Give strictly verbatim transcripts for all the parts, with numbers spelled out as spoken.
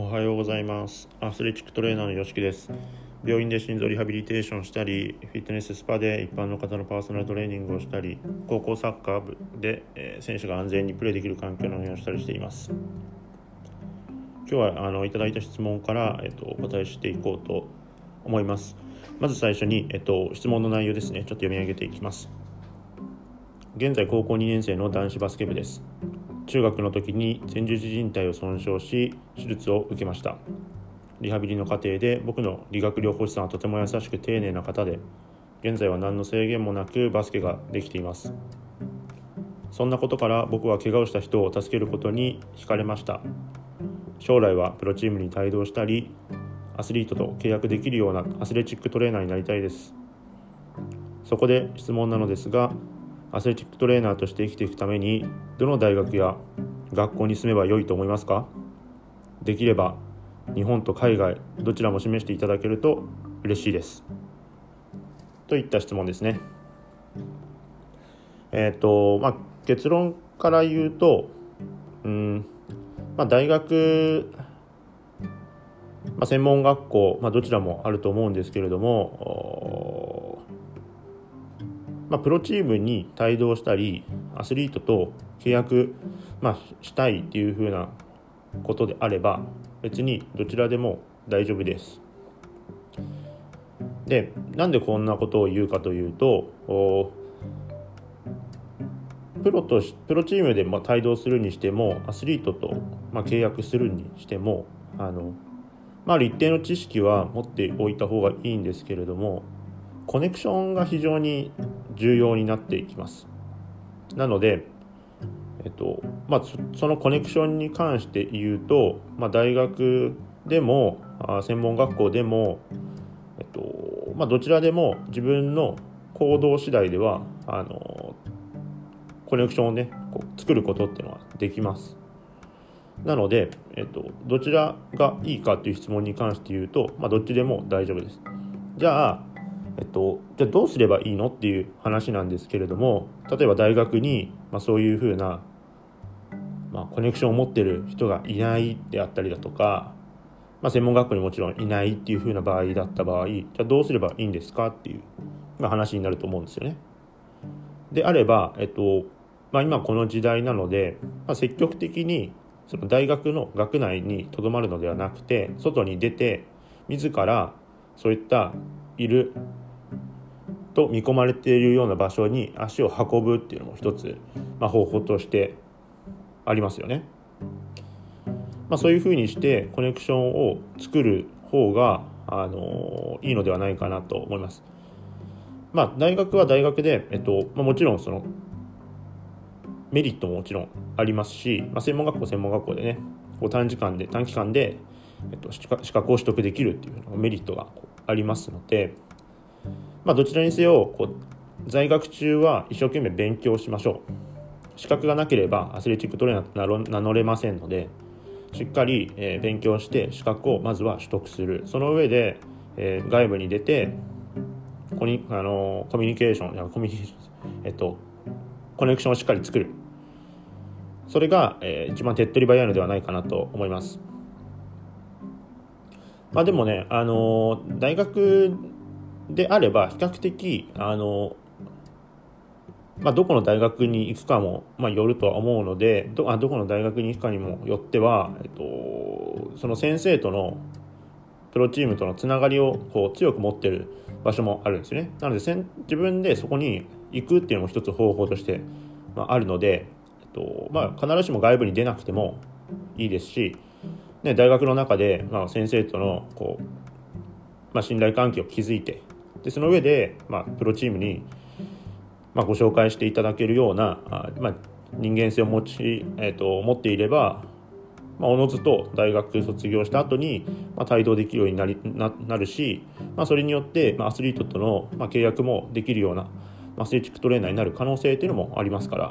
おはようございます。アスレチックトレーナーの吉木です。病院で心臓リハビリテーションしたり、フィットネススパで一般の方のパーソナルトレーニングをしたり、高校サッカー部で、えー、選手が安全にプレーできる環境の運営をしたりしています。今日はあのいただいた質問から、えっと、お答えしていこうと思います。まず最初に、えっと、質問の内容ですね。ちょっと読み上げていきます。現在高校にねん生の男子バスケ部です。中学の時に前十字靭帯を損傷し手術を受けました。リハビリの過程で僕の理学療法士さんはとても優しく丁寧な方で、現在は何の制限もなくバスケができています。そんなことから僕は怪我をした人を助けることに惹かれました。将来はプロチームに帯同したり、アスリートと契約できるようなアスレチックトレーナーになりたいです。そこで質問なのですが、アスレチックトレーナーとして生きていくためにどの大学や学校に進めば良いと思いますか？できれば日本と海外どちらも示していただけると嬉しいです、といった質問ですね。えっ、ー、とまあ結論から言うと、うん、まあ、大学、まあ、専門学校、まあ、どちらもあると思うんですけれども、まあ、プロチームに帯同したりアスリートと契約、まあ、したいっていう風なことであれば別にどちらでも大丈夫です。で、なんでこんなことを言うかというと、プロとしプロチームでまあ帯同するにしてもアスリートとまあ契約するにしてもあの、まあ、一定の知識は持っておいた方がいいんですけれども、コネクションが非常に重要になっていきます。なので、えっとまあ、そのコネクションに関して言うと、まあ、大学でも専門学校でも、えっとまあ、どちらでも自分の行動次第ではあのコネクションをねこう作ることっていうのはできます。なので、えっと、どちらがいいかという質問に関して言うと、まあ、どっちでも大丈夫です。じゃあえっと、じゃあどうすればいいのっていう話なんですけれども、例えば大学に、まあ、そういうふうな、まあ、コネクションを持ってる人がいないであったりだとか、まあ、専門学校にもちろんいないっていうふうな場合だった場合、じゃあどうすればいいんですかっていう、まあ、話になると思うんですよね。であれば、えっとまあ、今この時代なので、まあ、積極的にその大学の学内にとどまるのではなくて、外に出て自らそういったいると見込まれているような場所に足を運ぶっていうのも一つ、まあ、方法としてありますよね。まあ、そういうふうにしてコネクションを作る方が、あのいいのではないかなと思います。まあ、大学は大学で、えっとまあ、もちろんそのメリットももちろんありますし、まあ、専門学校専門学校でねこう短時間で短期間で、えっと、資格を取得できるっていうメリットがありますので、まあ、どちらにせよこう在学中は一生懸命勉強しましょう。資格がなければアスレチックトレーナーと名乗れませんので、しっかり、えー、勉強して資格をまずは取得する。その上で、えー、外部に出てコニ、あのー、コミュニケーションやコミュニケーション、えっと、コネクションをしっかり作る。それが、えー、一番手っ取り早いのではないかなと思います。まあ、でもね、あのー、大学であれば比較的あの、まあ、どこの大学に行くかも、まあ、よるとは思うので、 ど, あどこの大学に行くかにもよっては、えっと、その先生とのプロチームとのつながりをこう強く持っている場所もあるんですよね。なので自分でそこに行くっていうのも一つ方法として、まあ、あるので、えっとまあ、必ずしも外部に出なくてもいいですし、ね、大学の中で、まあ、先生とのこう、まあ、信頼関係を築いて、でその上で、まあ、プロチームに、まあ、ご紹介していただけるようなあ、まあ、人間性を持ち、えー、と持っていれば、まあ、おのずと大学卒業した後に、まあ、帯同できるようになり な, なるし、まあ、それによって、まあ、アスリートとの、まあ、契約もできるような、まあ、アスレチックトレーナーになる可能性というのもありますから。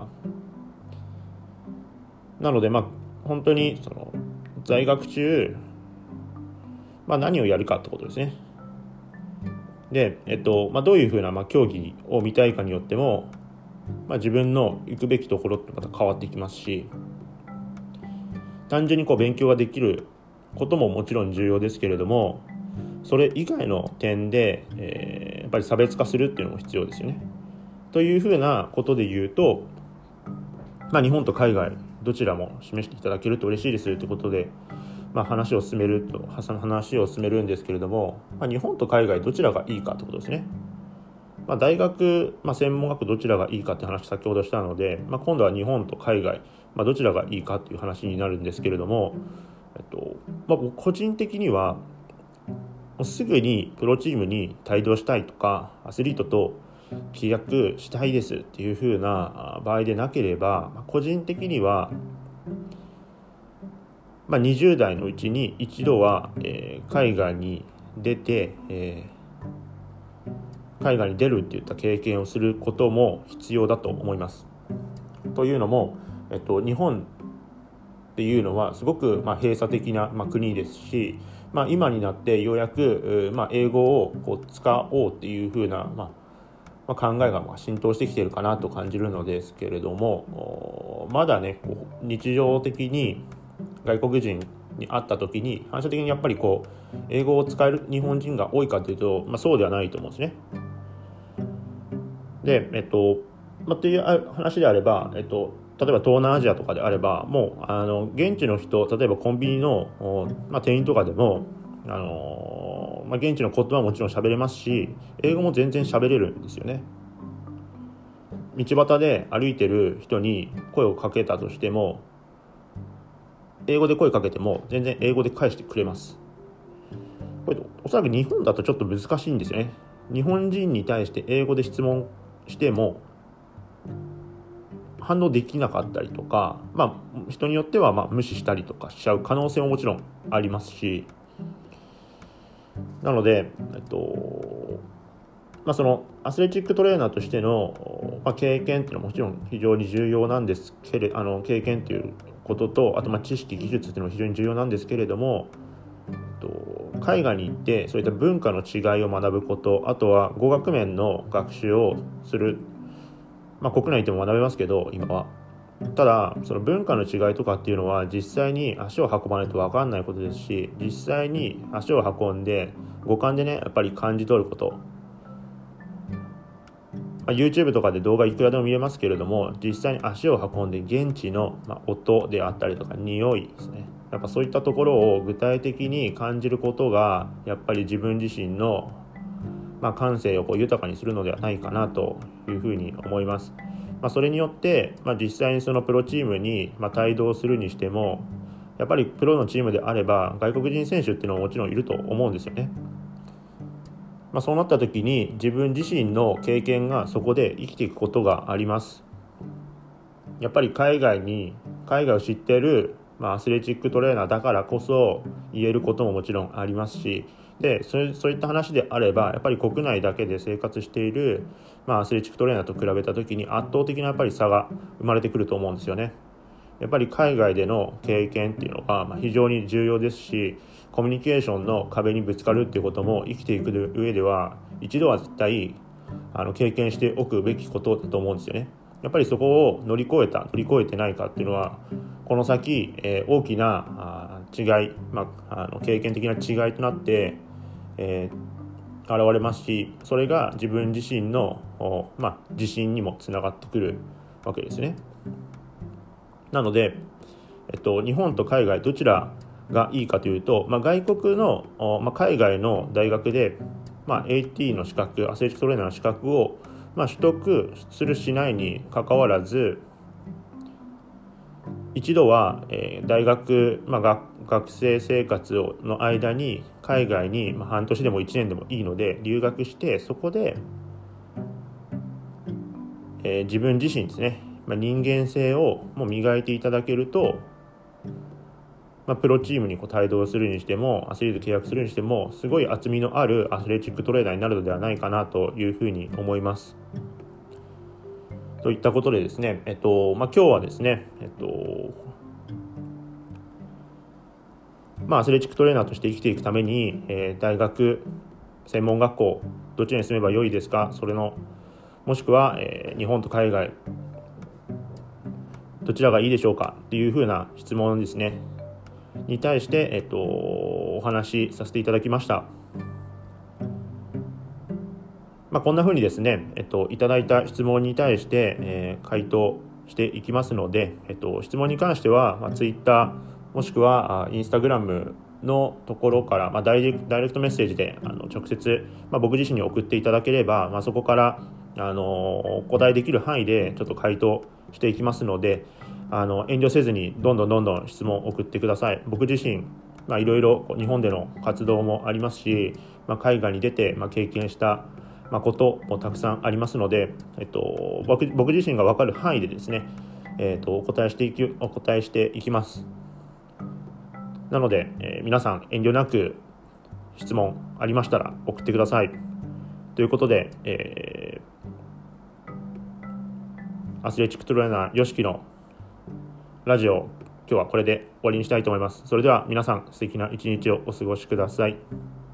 なので、まあ、本当にその在学中、まあ、何をやるかってことですね。で、えっとまあ、どういうふうな、まあ、競技を見たいかによっても、まあ、自分の行くべきところってまた変わってきますし、単純にこう勉強ができることももちろん重要ですけれども、それ以外の点で、えー、やっぱり差別化するっていうのも必要ですよね。というふうなことで言うと、まあ、日本と海外どちらも示していただけると嬉しいですということで、まあ、話を進めると話を進めるんですけれども、まあ、日本と海外どちらがいいかということですね。まあ、大学、まあ、専門学どちらがいいかって話先ほどしたので、まあ、今度は日本と海外、まあ、どちらがいいかという話になるんですけれども、えっとまあ、僕個人的にはすぐにプロチームに帯同したいとかアスリートと契約したいですっていう風な場合でなければ、まあ、個人的には、まあ、にじゅう代のうちに一度は、えー、海外に出て、えー、海外に出るっていった経験をすることも必要だと思います。というのも、えっと、日本っていうのはすごく、まあ、閉鎖的な、まあ、国ですし、まあ、今になってようやく、まあ、英語をこう使おうっていう風な、まあまあ、考えが浸透してきているかなと感じるのですけれども、まだねこう日常的に外国人に会った時に反射的にやっぱりこう英語を使える日本人が多いかというと、まあ、そうではないと思うんですね。で、えっとまあ、という話であれば、えっと、例えば東南アジアとかであればもうあの現地の人、例えばコンビニの、まあ、店員とかでもあの、まあ、現地の言葉はもちろん喋れますし、英語も全然喋れるんですよね。道端で歩いてる人に声をかけたとしても、英語で声かけても全然英語で返してくれます。これおそらく日本だとちょっと難しいんですよね。日本人に対して英語で質問しても反応できなかったりとか、まあ、人によってはまあ無視したりとかしちゃう可能性ももちろんありますし、なので、えっとまあ、そのアスレチックトレーナーとしての、まあ、経験っていうのはもちろん非常に重要なんですけれど、あの経験ということと、あとまあ知識技術っていうのも非常に重要なんですけれども、えっと、海外に行ってそういった文化の違いを学ぶこと、あとは語学面の学習をする、まあ、国内でも学べますけど今は。ただその文化の違いとかっていうのは実際に足を運ばないと分かんないことですし、実際に足を運んで五感でねやっぱり感じ取ること、まあ、YouTube とかで動画いくらでも見れますけれども、実際に足を運んで現地の、まあ、音であったりとか匂いですね、やっぱそういったところを具体的に感じることがやっぱり自分自身の、まあ、感性をこう豊かにするのではないかなというふうに思います。まあ、それによって、まあ、実際にそのプロチームに、まあ、帯同するにしてもやっぱりプロのチームであれば外国人選手っていうのはもちろんいると思うんですよね。まあ、そうなった時に自分自身の経験がそこで生きていくことがあります。やっぱり海外に海外を知っている、まあ、アスレチックトレーナーだからこそ言えることももちろんありますし、でそれそういった話であればやっぱり国内だけで生活している、まあ、アスレチックトレーナーと比べた時に圧倒的なやっぱり差が生まれてくると思うんですよね。やっぱり海外での経験っていうのが非常に重要ですし、コミュニケーションの壁にぶつかるっていうことも生きていく上では一度は絶対あの経験しておくべきことだと思うんですよね。やっぱりそこを乗り越えた乗り越えてないかっていうのはこの先、えー、大きな違い、まあ、あの経験的な違いとなって、えー、現れますし、それが自分自身の、まあ、自信にもつながってくるわけですね。なので、えっと、日本と海外どちらがいいかというと、まあ、外国の、まあ、海外の大学で、まあ、エーティー の資格、アスレチックトレーナーの資格を、まあ、取得するしないにかかわらず、一度は、えー、大学、まあ、学学生生活の間に海外に、まあ、半年でもいちねんでもいいので留学して、そこで、えー、自分自身ですね、まあ、人間性をもう磨いていただけると、まあ、プロチームにこう帯同するにしてもアスリート契約するにしてもすごい厚みのあるアスレチックトレーナーになるのではないかなというふうに思います。といったことでですね、えっとまあ、今日はですね、えっとまあ、アスレチックトレーナーとして生きていくために、えー、大学、専門学校どちらに住めばよいですか、それのもしくは、えー、日本と海外どちらがいいでしょうかっていうふうな質問ですね。 に対して、えっと、お話しさせていただきました。まあ、こんな風にですね、えっと、いただいた質問に対して、えー、回答していきますので、えっと、質問に関しては、まあ、Twitter もしくは Instagram のところから、まあ、ダイレクト、ダイレクトメッセージであの直接、まあ、僕自身に送っていただければ、まあ、そこからあのお答えできる範囲でちょっと回答していきますので、あの遠慮せずにどんどんどんどん質問を送ってください。僕自身まあいろいろ日本での活動もありますし、まあ、海外に出て、まあ、経験したまあ、こともたくさんありますので、えっと、僕, 僕自身が分かる範囲でですね、えっと、お答えしていきお答えしていきます。なので、えー、皆さん遠慮なく質問ありましたら送ってください。ということで、えー、アスレチックトレーナー YOSHIKI のラジオ、今日はこれで終わりにしたいと思います。それでは皆さん素敵な一日をお過ごしください。